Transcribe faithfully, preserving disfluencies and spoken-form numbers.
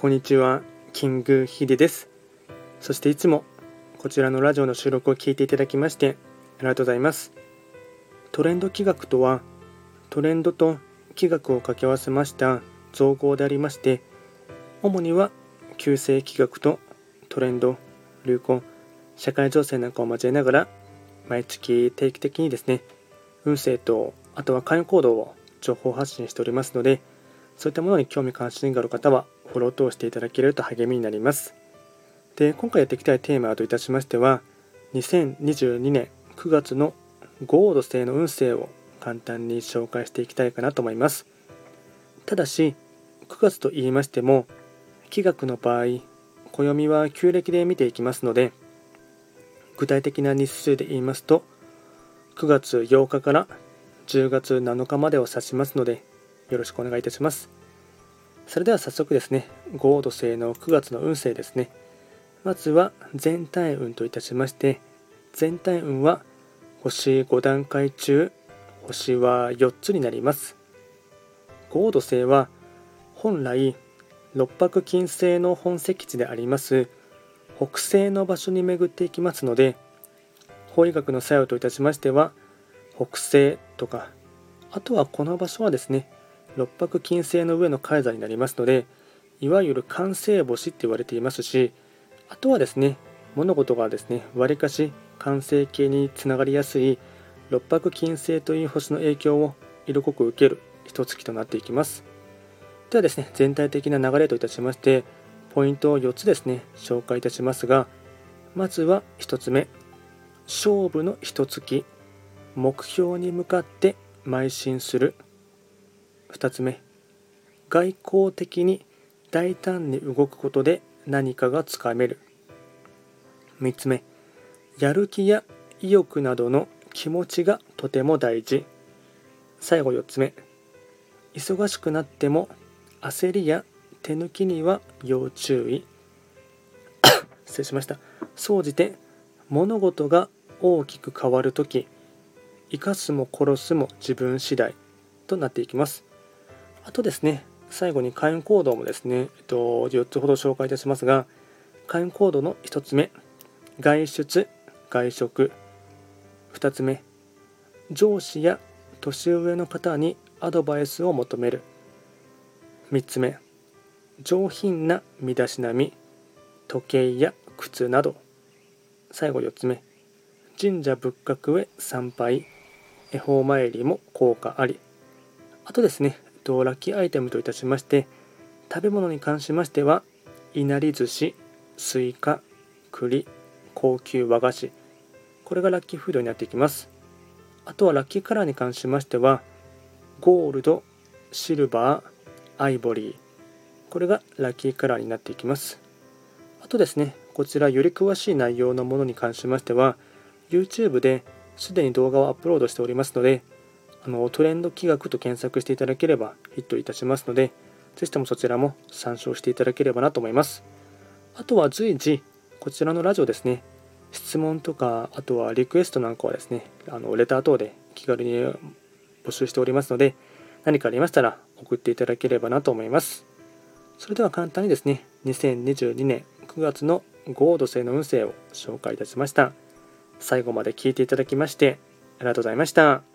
こんにちは、キングヒデです。そしていつもこちらのラジオの収録を聞いていただきましてありがとうございます。トレンド企画とは、トレンドと企画を掛け合わせました造語でありまして、主には旧世企画とトレンド、流行、社会情勢なんかを交えながら、毎月定期的にですね、運勢とあとは関与行動を情報発信しておりますので、そういったものに興味関心がある方はフォロー等していただけると励みになります。で、今回やっていきたいテーマといたしましては、にせんにじゅうにねんくがつの豪土星の運勢を簡単に紹介していきたいかなと思います。ただし、くがつと言いましても、気学の場合、暦は旧暦で見ていきますので、具体的な日数で言いますと、くがつようかからじゅうがつなのかまでを指しますので、よろしくお願いいたします。それでは早速ですね、豪土星のくがつの運勢ですね。まずは全体運といたしまして、全体運は星ごだんかい中、星はよっつになります。豪土星は本来六白金星の本石地であります北西の場所に巡っていきますので、法医学の作用といたしましては、北西とか、あとはこの場所はですね、六白金星の上の海座になりますので、いわゆる環星星って言われていますし、あとはですね、物事がですね、わりかし環星系につながりやすい六白金星という星の影響を色濃く受ける一月となっていきます。ではですね、全体的な流れといたしまして、ポイントをよっつですね、紹介いたしますが、まずはひとつめ、勝負の一月、目標に向かって邁進する。ふたつめ、外交的に大胆に動くことで何かがつかめる。みっつめ、やる気や意欲などの気持ちがとても大事。最後よっつめ、忙しくなっても焦りや手抜きには要注意。失礼しました。総じて物事が大きく変わるとき、生かすも殺すも自分次第となっていきます。あとですね、最後に開運行動もですね、えっと、よっつほど紹介いたしますが、開運行動のひとつめ、外出・外食。ふたつめ、上司や年上の方にアドバイスを求める。みっつめ、上品な身だしなみ、時計や靴など。最後よっつめ、神社仏閣へ参拝、恵方参りも効果あり。あとですね、ラッキーアイテムといたしまして、食べ物に関しましては、いなり寿司、スイカ、栗、高級和菓子、これがラッキーフードになっていきます。あとはラッキーカラーに関しましては、ゴールド、シルバー、アイボリー、これがラッキーカラーになっていきます。あとですね、こちらより詳しい内容のものに関しましては、YouTube ですでに動画をアップロードしておりますので、あのトレンド企画と検索していただければヒットいたしますので、ぜひともそちらも参照していただければなと思います。あとは随時こちらのラジオですね、質問とか、あとはリクエストなんかはですね、あのレター等で気軽に募集しておりますので、何かありましたら送っていただければなと思います。それでは簡単にですね、にせんにじゅうにねんくがつの豪土星の運勢を紹介いたしました。最後まで聞いていただきましてありがとうございました。